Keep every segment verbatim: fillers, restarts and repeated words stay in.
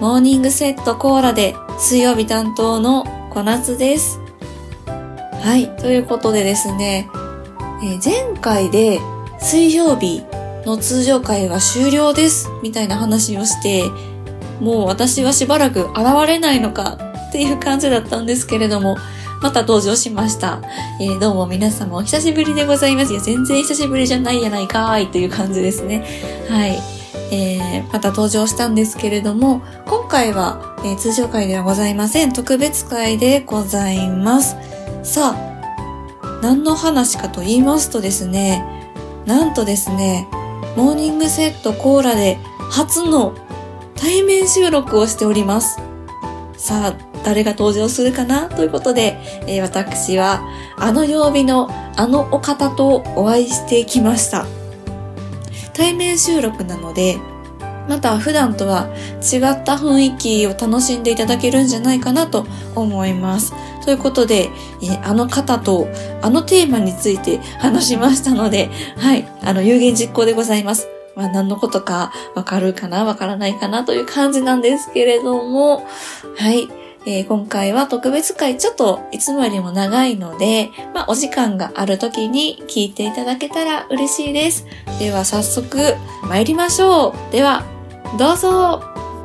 モーニングセットコーラで水曜日担当の小夏です。はい、ということでですね、えー、前回で水曜日の通常会は終了ですみたいな話をして、もう私はしばらく現れないのかっていう感じだったんですけれども、また登場しました。えー、どうも皆様お久しぶりでございます。いや、全然久しぶりじゃないやないかーいという感じですね。はい。えー、また登場したんですけれども、今回は、えー、通常会ではございません。特別会でございます。さあ、何の話かと言いますとですね、なんとですね、モーニングセットコーラで初の対面収録をしております。さあ、誰が登場するかなということで、えー、私はあの曜日のあのお方とお会いしてきました。対面収録なので、また普段とは違った雰囲気を楽しんでいただけるんじゃないかなと思います。ということで、えー、あの方とあのテーマについて話しましたので、はい、あの有言実行でございます。まあ何のことかわかるかなわからないかなという感じなんですけれども、はい。えー、今回は特別会ちょっといつもよりも長いので、まあお時間がある時に聞いていただけたら嬉しいです。では早速参りましょう。ではどうぞ。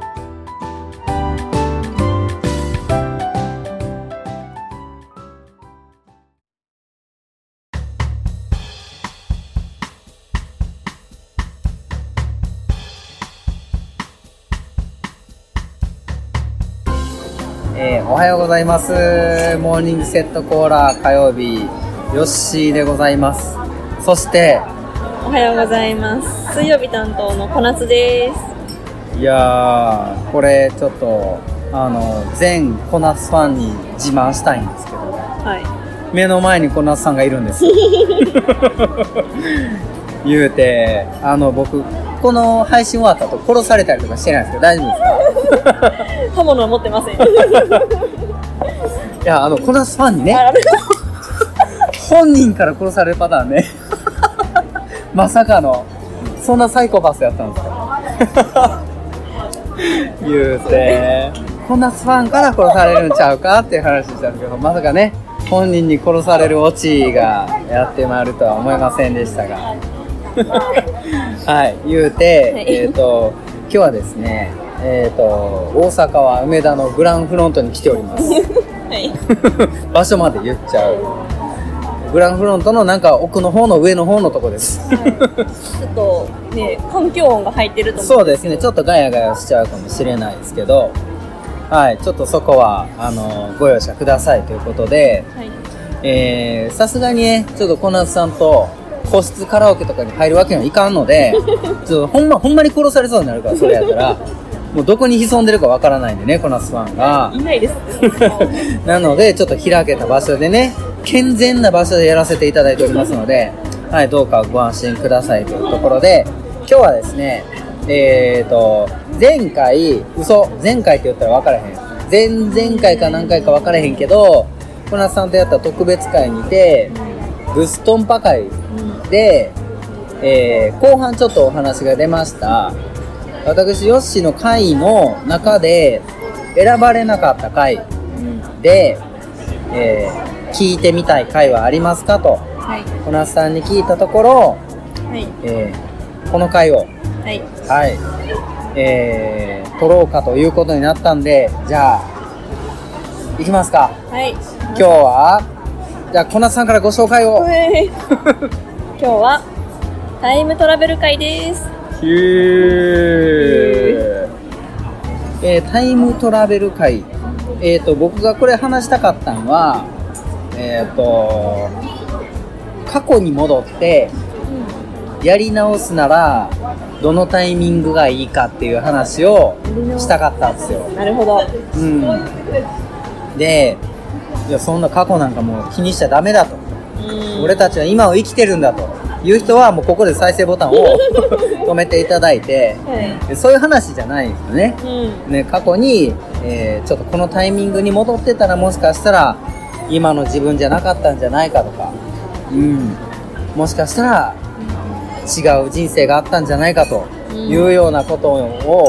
えー、おはようございます。モーニングセットコーラ火曜日、ヨッシーでございます。そしておはようございます。水曜日担当の小夏です。 いやー、これちょっとあの全小夏ファンに自慢したいんですけど、はい、目の前に小夏さんがいるんです言うて、あの僕この配信終わった後殺されたりとかしてないんですけど大丈夫ですか？ 刃物は持ってません。いや、あの小夏ファンにね本人から殺されるパターンねまさかのそんなサイコパスやったんですか言うて、小夏ファンから殺されるんちゃうかっていう話したんですけど、まさかね本人に殺されるオチがやってまいるとは思いませんでしたがはい、言うて、はい、えっと今日はですね、えっと大阪は梅田のグランフロントに来ております、はい、場所まで言っちゃう。グランフロントのなんか奥の方の上の方のとこです、はい、 ちょっとね環境音が入ってると思うんですけど、 そうですね、ちょっとガヤガヤしちゃうかもしれないですけど、はい、ちょっとそこはあのご容赦くださいということで、はい、えー、さすがにねちょっと小夏さんと個室カラオケとかに入るわけにはいかんのでちょっとほんまほんまに殺されそうになるから、それやったらもうどこに潜んでるかわからないんでね、小夏ファンがいないですなのでちょっと開けた場所でね、健全な場所でやらせていただいておりますのではい、どうかご安心くださいというところで、今日はですね、えーと前回嘘前回って言ったら分からへん、前々回か何回か分からへんけど、小夏さんとやった特別会にてブストンパ会で、えー、後半ちょっとお話が出ました。私ヨッシーの会の中で選ばれなかった回で、えー、聞いてみたい回はありますかと、はい、小夏さんに聞いたところ、はいえー、この回を、はいはいえー、撮ろうかということになったんで、じゃあ行きますか。はい、今日はじゃあ小夏さんからご紹介を今日はタイムトラベル会です。 へー、えー、タイムトラベル会、えーと僕がこれ話したかったのは、えーと過去に戻ってやり直すならどのタイミングがいいかっていう話をしたかったんですよ。 なるほど。 うん。で、いやそんな過去なんかもう気にしちゃダメだと。俺たちは今を生きてるんだという人はもうここで再生ボタンを止めていただいて、はい、そういう話じゃないんですよね。うん、ね、過去に、えー、ちょっとこのタイミングに戻ってたらもしかしたら今の自分じゃなかったんじゃないかとか、うん、もしかしたら違う人生があったんじゃないかというようなことを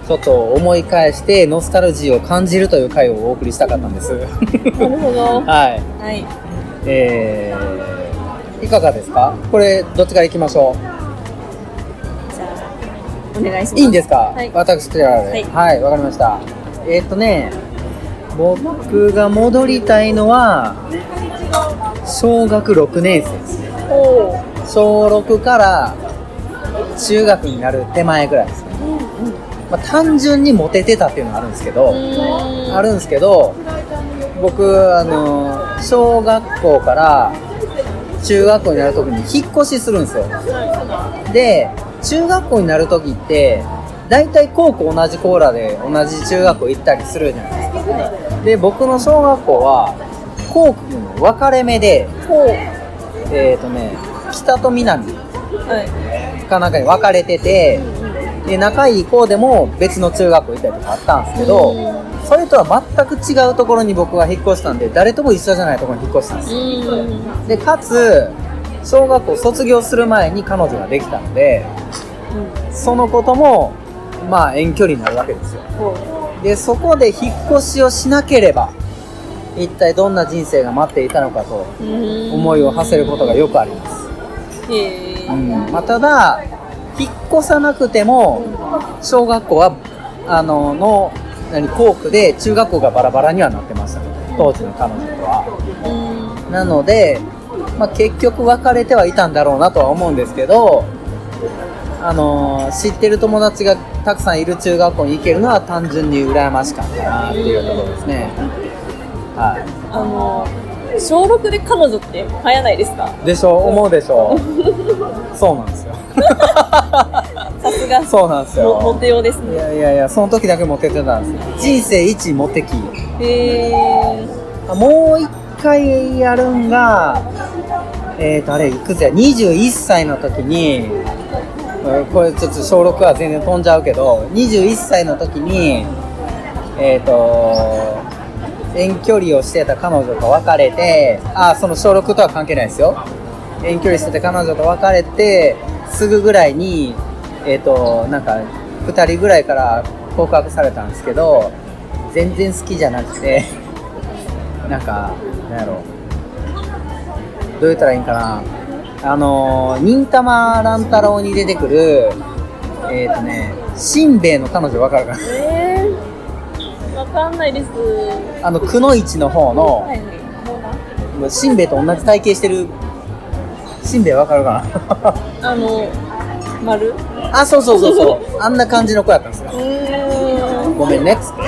ちょっと思い返してノスタルジーを感じるという回をお送りしたかったんです。 なるほど。 はい。 はい。 えー、いかがですか？これどっちから行きましょう？ じゃあお願いします。 いいんですか？ はい。 私からで。はい、はい、わかりました。えーっとね、僕が戻りたいのは小学ろくねん生ですね。 おー。 小ろくから中学になる手前ぐらいですね。うんうん、まあ、単純にモテてたっていうのがあるんですけど、あるんですけど、僕あの小学校から中学校になるときに引っ越しするんですよ。で、中学校になるときって大体高校同じコーラで同じ中学校行ったりするじゃないですか。で、僕の小学校は校区の分かれ目で、えーとね、北と南かなんかに分かれてて、で仲いい子でも別の中学校行ったりとかあったんですけど、それとは全く違うところに僕が引っ越したんで、誰とも一緒じゃないところに引っ越したんですよ。で、かつ小学校卒業する前に彼女ができたので、その子ともまあ遠距離になるわけですよ。で、そこで引っ越しをしなければ一体どんな人生が待っていたのかと思いを馳せることがよくあります。へー、うん、まあ、ただ引っ越さなくても小学校はあのの何校区で中学校がバラバラにはなってましたね、当時の彼女とは。なので、まあ、結局別れてはいたんだろうなとは思うんですけど、あの知ってる友達がたくさんいる中学校に行けるのは単純に羨ましかったなっていうところですね。はい、 あの小ろくで彼女って早ないですか？ でしょ、思うでしょ。そうなんですよ。 さすが。 そうなんですよ。 モテようですね。 いやいやいや、その時だけモテてたんですよ。人生一モテ期。 へー。 もう一回やるんが、えーとあれいくつや、にじゅういっさいの時に、これちょっと小ろくは全然飛んじゃうけど、にじゅういっさいの時にえーと遠距離をしてた彼女と別れて、あ、その小ろくとは関係ないですよ。遠距離してた彼女と別れてすぐぐらいに、えーとなんかふたりぐらいから告白されたんですけど、全然好きじゃなくてなんかなんやろう、どう言ったらいいんかな、あの忍たま乱太郎に出てくるえーとねしんべヱの彼女分かるかな。 えー、分かんないです。 あのくのいちの方の、はいはい、しんべヱと同じ体型してるしんべヱ分かるかな。あの丸、 あ、そうそうそうそうあんな感じの子やったんですよ。うーん、ごめんねっつって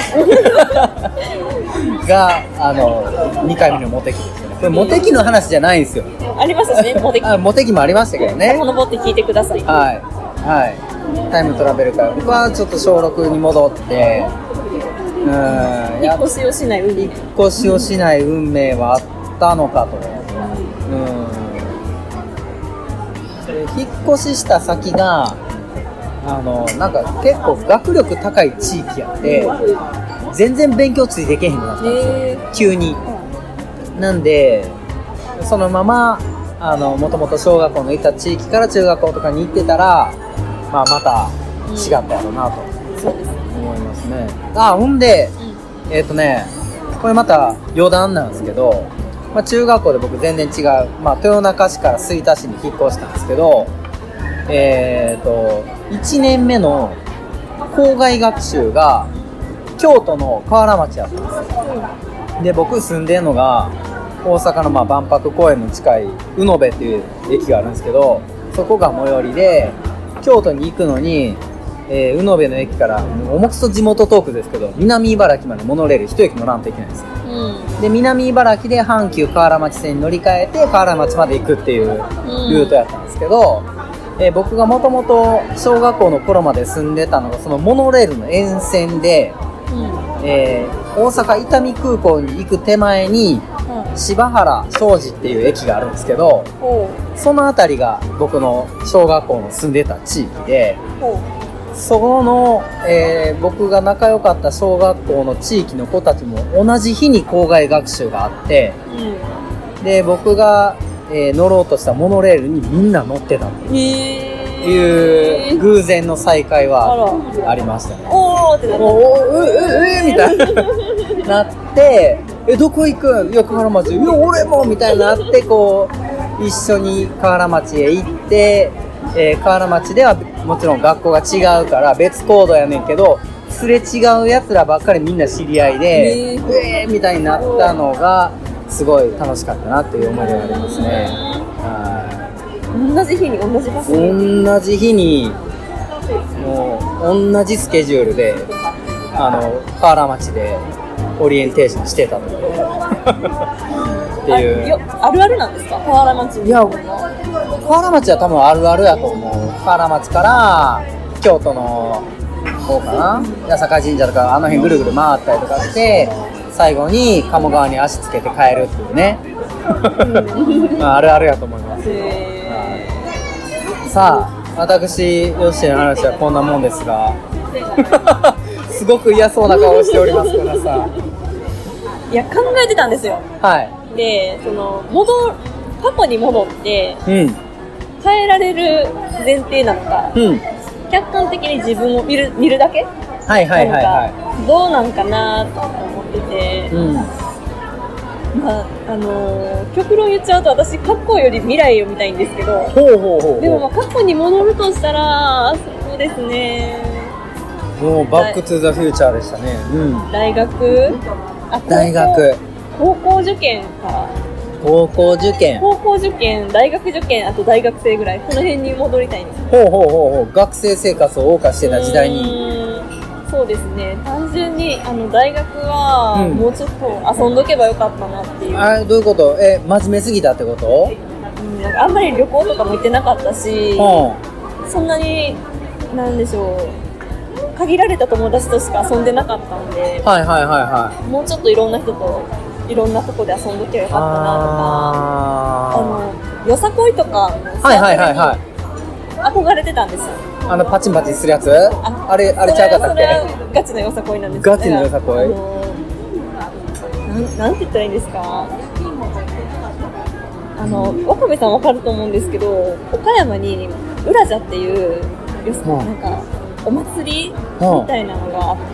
があのにかいめのモテ期ですよね。これモテ期の話じゃないんですよ。 ありますね、モテ期。 あ、モテ期もありましたけどね。 このぼって聞いてください。 はいはい。タイムトラベルから僕はちょっと小ろくに戻って、うーん、 引っ越しをしない運命。 引っ越しをしない運命はあったのかと。うん。で引っ越しした先があのなんか結構学力高い地域やって、全然勉強ついていけへんくなったんですよ、急に。なんでそのままあのもともと小学校のいた地域から中学校とかに行ってたら、まあ、また違ったやろうなと思いますね。あ、ほんで、えっとねこれまた余談なんですけど、まあ、中学校で僕全然違う、まあ、豊中市から吹田市に引っ越したんですけど、えーといちねんめの校外学習が京都の河原町やったんですよ。で、僕住んでるのが大阪のまあ万博公園の近い宇野部っていう駅があるんですけど、そこが最寄りで、京都に行くのに、えー、宇野部の駅から重くそ地元トークですけど、南茨城までモノレール一駅乗らんといけないんですよ、うん、で南茨城で阪急河原町線に乗り換えて河原町まで行くっていうルートやったんですけど、うん、えー、僕がもともと小学校の頃まで住んでたのがそのモノレールの沿線で、うん、えー、大阪伊丹空港に行く手前に、うん、柴原庄司っていう駅があるんですけど、その辺りが僕の小学校の住んでた地域で、そこの、えー、僕が仲良かった小学校の地域の子たちも同じ日に校外学習があって、うん、で僕が、えー、乗ろうとしたモノレールにみんな乗ってたっていう。へいう偶然の再会はありましたね。 おーってなった。 おーううえみたいななってえどこ行くんいや河原町いや俺もみたいになってこう一緒に河原町へ行って、えー、河原町ではもちろん学校が違うから別行動やねんけどすれ違うやつらばっかりみんな知り合いでえー、えー、みたいになったのがすごい楽しかったなっていう思い出がありますね。はい同じ日に同じ場所に同じ日にもう同じスケジュールであの河原町でオリエンテーションしてたとっていうあ, あるあるなんですか河原町に。 いや河原町は多分あるあるやと思う。河原町から京都の方かな八坂神社とかあの辺ぐるぐる回ったりとかして最後に鴨川に足つけて帰るっていうねまあ、あるあるやと思います。さあ私ヨッシーの話はこんなもんですがすごく嫌そうな顔をしておりますからさいや考えてたんですよ。 はいでその戻過去に戻って、 うん、 変えられる前提なのか、 うん、 客観的に自分を見る見るだけはいはいはいはいどうなんかなと思ってて、うんまああのー、極論言っちゃうと私過去より未来を見たいんですけどほうほうほうほうでもまあ過去に戻るとしたらそうですねもうバックトゥザフューチャーでしたね、うん、 大学あ大学高校受験か高校受験高校受験大学受験あと大学生ぐらいこの辺に戻りたいんです。 ほうほうほうほう学生生活を謳歌してた時代にそうですね単純にあの大学はもうちょっと遊んどけばよかったなっていう、うん、 あどういうことえ真面目すぎたってこと、 うん、なんかあんまり旅行とかも行ってなかったし、うん、そんなになんでしょう限られた友達としか遊んでなかったんで、 はいはいはいはい、 もうちょっといろんな人といろんなとこで遊んどけばよかったなとか あ, あのよさこいとかはいはいはいはい憧れてたんですよ。 あのパチンパチンするやつ あ, あれあれちゃうかったっけ。 それはガチのよさこいなんですよ。 ガチのよさこい、あのー、なん, なんて言ったらいいんですかあの岡部さん分かると思うんですけど岡山に浦社っていうよさ、うん、なんかお祭りみたいなのがあって、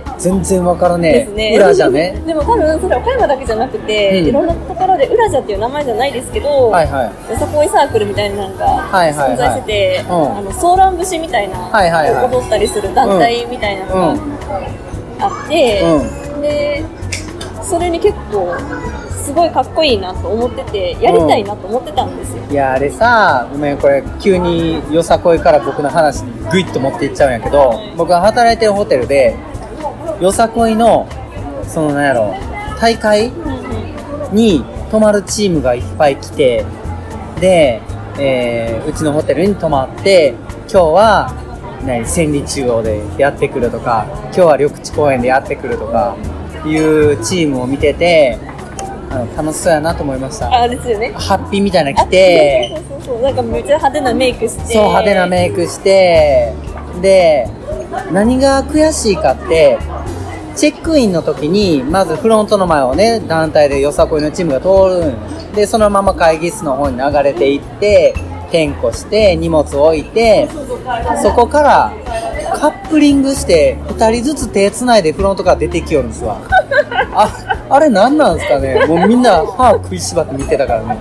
はあ、全然わからねえですね。 浦社ねでも多分それ岡山だけじゃなくて、うん、いろんなところで浦社っていう名前じゃないですけど、はいはい、よさこいサークルみたいなのが存在してて、はいはいはい、あのソーラン節みたいな、はいはいはい、踊ったりする団体みたいなのがあって、うんうん、でそれに結構すごいかっこいいなと思っててやりたいなと思ってたんですよ、 うん、いやあれさごめんこれ急によさこいから僕の話にグイッと持っていっちゃうんやけど、はい、僕が働いてるホテルでよさこいのそのなんやろ大会に泊まるチームがいっぱい来てで、えー、うちのホテルに泊まって今日は何千里中央でやってくるとか今日は緑地公園でやってくるとかいうチームを見ててあの楽しそうやなと思いました。 あですよね。 ハッピーみたいなの着て、 そうそうそうそうなんかめっちゃ派手なメイクして、 そう派手なメイクしてで何が悔しいかってチェックインの時にまずフロントの前をね団体でよさこいのチームが通るんでそのまま会議室の方に流れていって点呼して荷物を置いてそこからカップリングしてふたりずつ手つないでフロントから出てきよるんですわあ, あれ何なんですかねもうみんな歯食いしばって見てたからね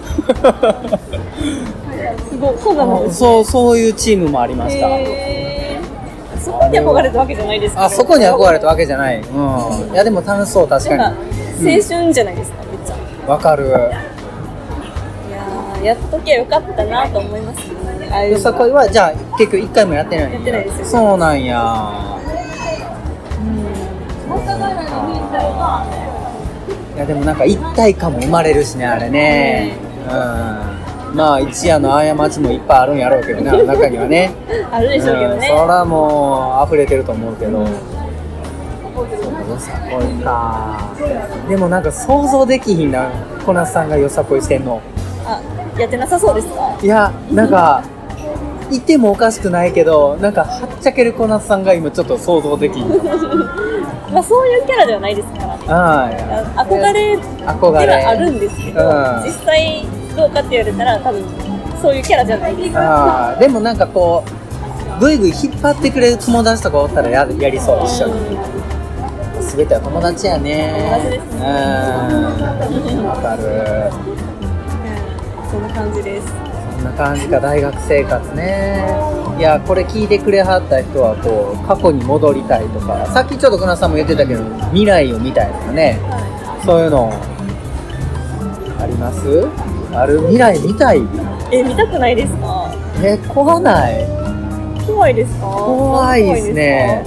すごいそうなんですね。 そうそういうチームもありました。 へーそこに憧れたわけじゃないですけどあそこに憧れたわけじゃない、うん、いやでも楽しそう確かになんか青春じゃないですか、うん、めっちゃわかる。いややっときゃよかったなと思いますね。 よさこいはじゃあ結局いっかいもやってないやってないですよ。 そうなんや。いやでもなんか一体感も生まれるしねあれね、うん、まあ一夜の過ちもいっぱいあるんやろうけどねあの中にはねあるでしょうけどね、 うん、そらもう溢れてると思うけど、うん、そうよさこいか。でもなんか想像できひんな小夏さんがよさこいしてんの。 あやってなさそうですか。 いやなんかいてもおかしくないけどなんかはっちゃける小夏さんが今ちょっと想像できんまあそういうキャラではないですからあ憧れではあるんですけど、うん、実際どうかって言われたら多分そそういうキャラじゃないですか。 あでもなんかこうぐいぐい引っ張ってくれる友達とかおったら や, やりそう一緒に。すべては友達やね。 友達ですね。 うん、わかる。 そんな感じです。 そんな感じか、大学生活ね。いや、これ聞いてくれはった人はこう過去に戻りたいとか、さっきちょっとくなさんも言ってたけど未来を見たいとかね、はい、そういうのあります？ある？未来見たい？ え、見たくないですか？ え、怖ない？ 怖いですか？ 怖いですね。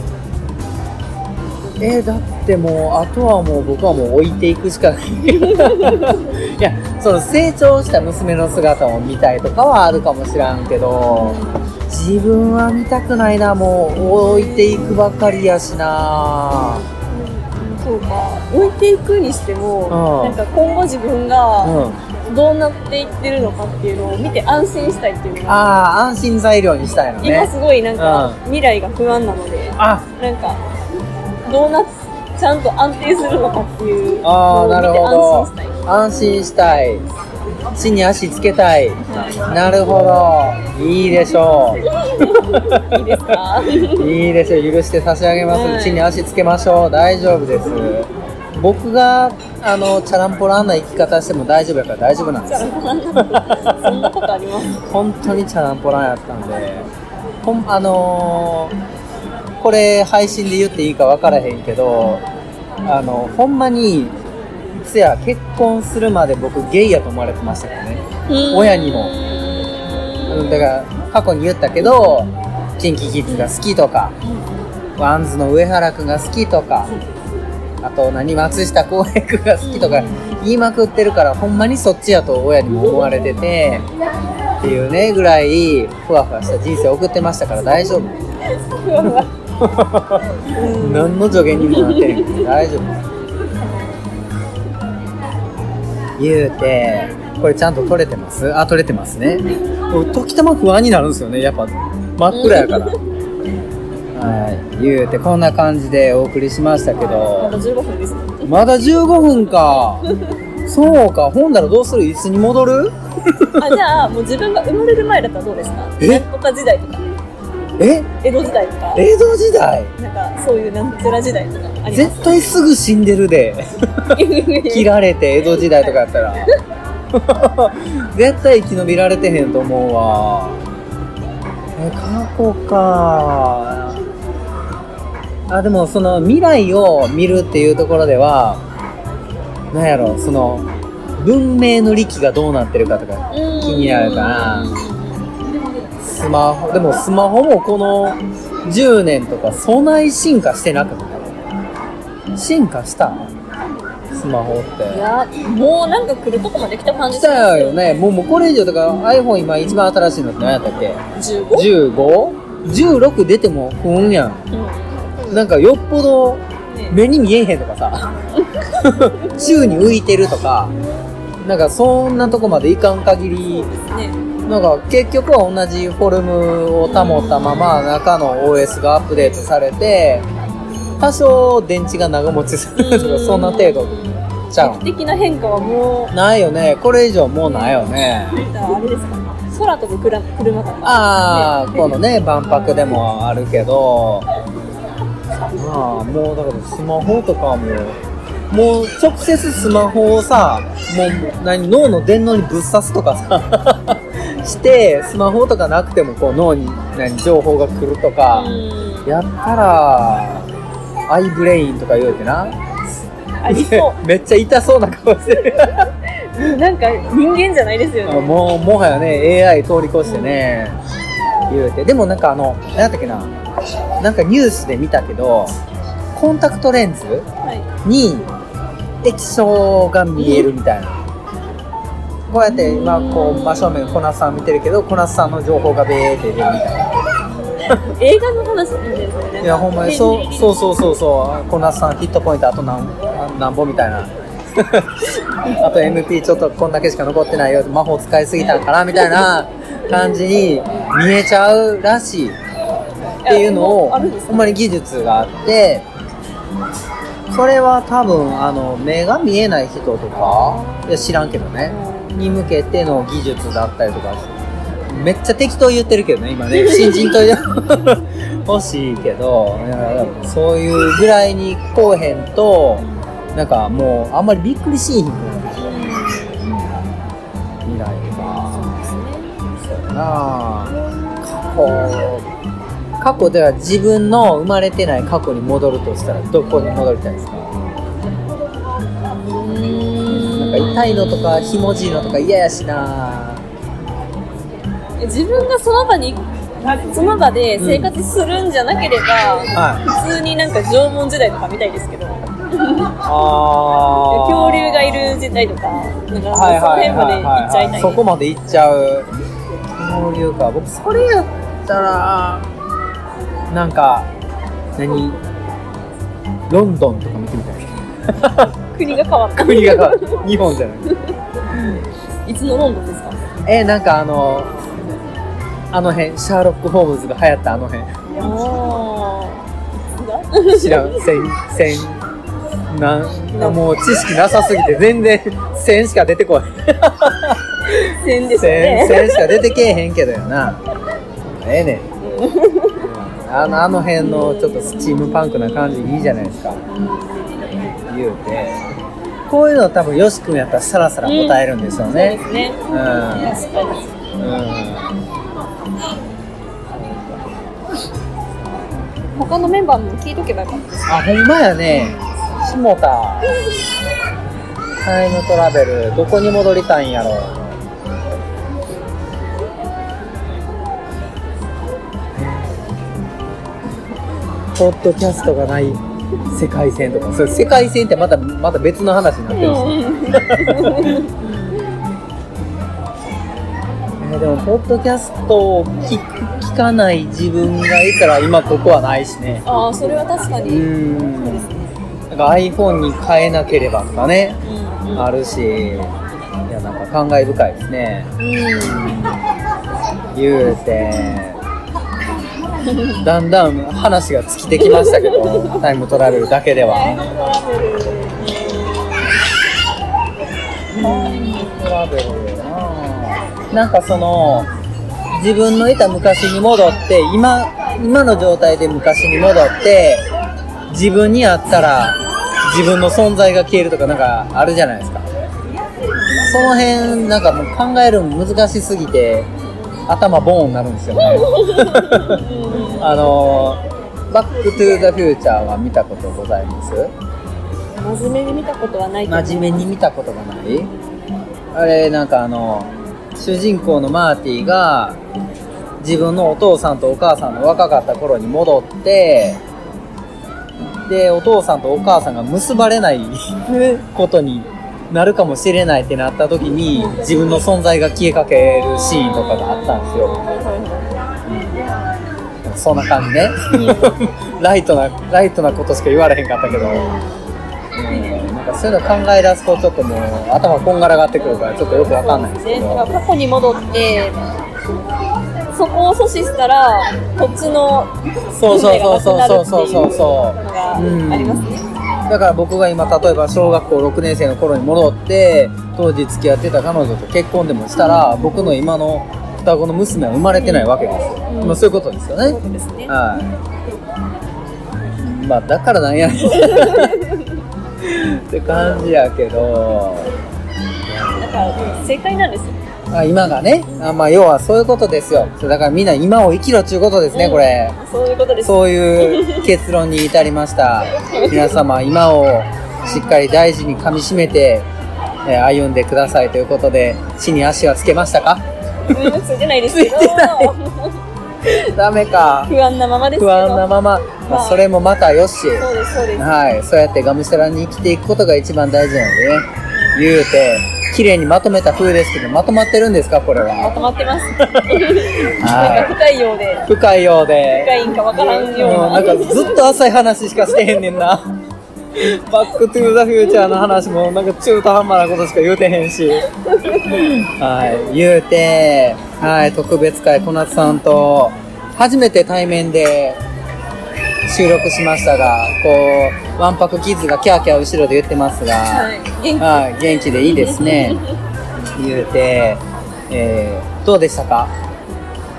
えー、だってもうあとはもう僕はもう置いていくしかないいや、その成長した娘の姿を見たいとかはあるかもしらんけど、自分は見たくないな。もう置いていくばっかりやしな。 そうか、置いていくにしても、うん、なんか今後自分がどうなっていってるのかっていうのを見て安心したいっていうのが、 ああ、安心材料にしたいのね。 今すごいなんか、うん、未来が不安なので、あ、なんかどうなっちゃんと安定するのかっていうのを見て安心したい。 安心したい。地に足つけたい。はい、なるほど。いいでしょう。 いいですか？ いいでしょう。許して差し上げます。はい、地に足つけましょう。大丈夫です。僕があのチャランポランな生き方しても大丈夫やから大丈夫なんですよ。 そんなことあります？ 本当にチャランポランやったんで、ほんあのー。これ配信で言っていいか分からへんけど、あのほんまにいつや結婚するまで僕ゲイやと思われてましたからね。親にも。だから過去に言ったけど、キンキキッズが好きとか、ワンズの上原くんが好きとか、あと何松下洸平くんが好きとか言いまくってるから、ほんまにそっちやと親にも思われててっていうねぐらいふわふわした人生を送ってましたから大丈夫。ふわふわ何の助言にもなってへんけど大丈夫。言うてこれちゃんと撮れてます？あ、撮れてますね。時たま不安になるんですよね、やっぱ真っ暗やからはい、言うてこんな感じでお送りしましたけど、 まだじゅうごふんですね。 まだじゅうごふんかそうか、ほんだらどうする？いつに戻る？ あ、じゃあもう自分が生まれる前だったらどうですか？なんとか時代とか、 え江戸時代とか、 江戸時代なんかそういうなんちゃら時代とかあります？ 絶対すぐ死んでるで切られて江戸時代とかやったら絶対生き延びられてへんと思うわ。え、過去か。あ、でもその未来を見るっていうところではなんやろ、その文明の利器がどうなってるかとか気になるかな。スマホでもスマホもこのじゅうねんとかそない進化してなくて、進化したスマホって。いやもうなんか来るとこまで来た感じしますよね。もうもうこれ以上とか iPhone 今一番新しいのって何やったっけ？ じゅうご？ じゅうご？ じゅうろく 出ても不運やん、うん、なんかよっぽど目に見えへんとかさ宙に浮いてるとか、なんかそんなとこまでいかん限り、なんか結局は同じフォルムを保ったまま中の オーエス がアップデートされて多少電池が長持ちするとかそんな程度ちゃう。 劇的な変化はもうないよね。これ以上もうないよね。 あれですか、空飛ぶ車とか、 ああ、ね、このね万博でもあるけど、まあもうだからスマホとかももう直接スマホをさ、もう何脳の電脳にぶっ刺すとかさしてスマホとかなくてもこう脳に何情報が来るとかやったらアイブレインとか言うてな、 ありそうめっちゃ痛そうな顔してるなんか人間じゃないですよね。 もうもはやね エーアイ 通り越してね、うん、言うて。でもなんかあの何だっけな、なんかニュースで見たけどコンタクトレンズに液晶が見えるみたいな、こうやって今こう真正面小夏さん見てるけど小夏さんの情報がベーって出るみたいな映画の話なんですよね。 いやほんまにそうそうそうそうそう、小夏さんヒットポイントあと何何本みたいなあと エムピー ちょっとこんだけしか残ってないよ、魔法使いすぎたんかなみたいな感じに見えちゃうらしいっていうのをほんまに技術があって、それは多分あの目が見えない人とかいや知らんけどねに向けての技術だったりとかめっちゃ適当言ってるけどね今ね新人と欲しいけどそういうぐらいにこうへんとなんかもうあんまりびっくりしいひんの、うん、未来がそうだな過去過去では自分の生まれてない過去に戻るとしたらどこに戻りたいですか？うーんなんか痛いのとかひもじいのとか嫌やしな。 自分がその場にその場で生活するんじゃなければ、うんはい、普通になんか縄文時代とか見たいですけどあ恐竜がいる時代とかなんか、はいはい、その辺まで行っちゃいたい、はいはい、 そこまで行っちゃう恐竜か。僕それやったらなんか何ロンドンとか見てみたい国が変わった国が変わった日本じゃないいつのロンドンですか？ えー、なんかあのあの辺シャーロック・ホームズが流行ったあの辺知らん千千なんもう知識なさすぎて全然千しか出てこない千ですね千しか出てけえへんけどよなええねあの、あの辺のちょっとスチームパンクな感じいいじゃないですか言うてこういうの多分よし君やったらさらさら答えるんでしょうね、うん、そうですね、うん、確かに、うん他のメンバーも聞いとけばよかったです。 あ、ほんまやね。下田タイムトラベルどこに戻りたいんやろ。ポッドキャストがない世界線とか、それ世界線ってまたまた別の話になってるんですね。えー、でもポッドキャストを聞く聞かない自分がいたら今ここはないしね。 ああ、それは確かに。うん。そうですね。 なんか iPhone に変えなければとかね、うんうん、あるし、いやなんか感慨深いですね。うん。言うて。だんだん話が尽きてきましたけどタイムトラベルだけではタイムトラベルななんかその自分のいた昔に戻って今今の状態で昔に戻って自分に会ったら自分の存在が消えるとかなんかあるじゃないですか。その辺なんかもう考えるの難しすぎて頭ボーンになるんですよねあのバックトゥーザフューチャーは見たことございます？ 真面目に見たことはないと思います。 真面目に見たことがない？あれなんかあの主人公のマーティが自分のお父さんとお母さんの若かった頃に戻ってでお父さんとお母さんが結ばれないことになるかもしれないってなった時に自分の存在が消えかけるシーンとかがあったんですよ、うん、そんな感じねライトなライトなことしか言われへんかったけど、うん、なんかそういうの考え出すとちょっともう頭こんがらがってくるからちょっとよくわかんないですけど、 過去に戻ってそこを阻止したらこっちのそうそうそうそうそうそうそうそうのがありますね、うんだから僕が今例えば小学校ろくねん生の頃に戻って当時付き合ってた彼女と結婚でもしたら僕の今の双子の娘は生まれてないわけですよ、うんまあ、そういうことですよね。そうですね、はい、まあだからなんやねんって感じやけどだから正解なんですよあ今がねあ、まあ、要はそういうことですよ。だからみんな今を生きろっていうことですね、うん、これそういうことです。 そういう結論に至りました皆様今をしっかり大事に噛み締めて、えー、歩んでくださいということで地に足はつけましたか？ ついてないですけどダメか不安なままですけど不安なまま、まあ、それもまたよしそうですそうです、 はい、そうやってがむしゃらに生きていくことが一番大事なのでね言うて綺麗にまとめた風ですけどまとまってるんですかこれは？ まとまってますなんか深いようで深いようで深いんかわからんようななんかずっと浅い話しかしてへんねんなバックトゥーザフューチャーの話もなんか中途半端なことしか言うてへんしはい言うてはい特別会小夏さんと初めて対面で収録しましたがこうわんぱくキッズがキャーキャー後ろで言ってますが、はい、元気、はい、元気でいいですね言うて、えー、どうでしたか？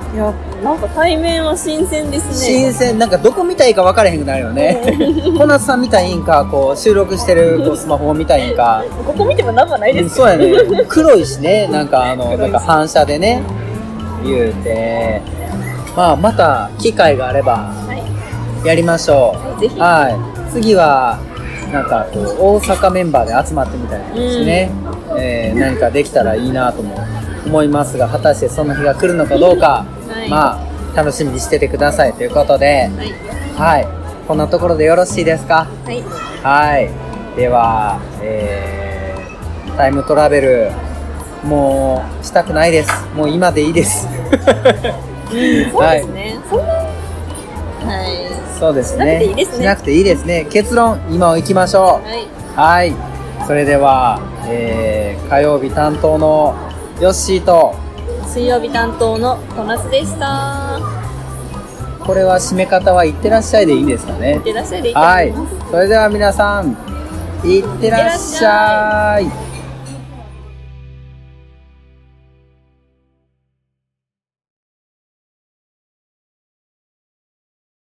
いや、なんか対面は新鮮ですね。 新鮮、なんかどこ見たいか分からへんくなるよね。小夏さん見たいんか、こう収録してるこうスマホを見たいんか。 ここ見てもなんもないですけど、そうやね。黒いしね、なんかあの、なんか反射でね、言うて。まあ、また機会があれば、やりましょう。 はい、ぜひ。 はい。次は、なんかこう、大阪メンバーで集まってみたいですね。うん、えー、何かできたらいいなとも思いますが、果たしてその日が来るのかどうか、はい、まあ、楽しみにしててくださいということで、はい。はい、こんなところでよろしいですか？ はい。 はい。では、えー、タイムトラベル、もう、したくないです。もう今でいいです。 うん、そうですね。そんな、はい。 そうですね。 しなくていいですね。 しなくていいですね。結論、今を行きましょう。はい。はい。それでは、えー、火曜日担当のヨッシーと、 水曜日担当の小夏でした。 これは締め方は、いってらっしゃいでいいですかね。 いってらっしゃいでいいと思います。 はい。それでは皆さん、いってらっしゃい。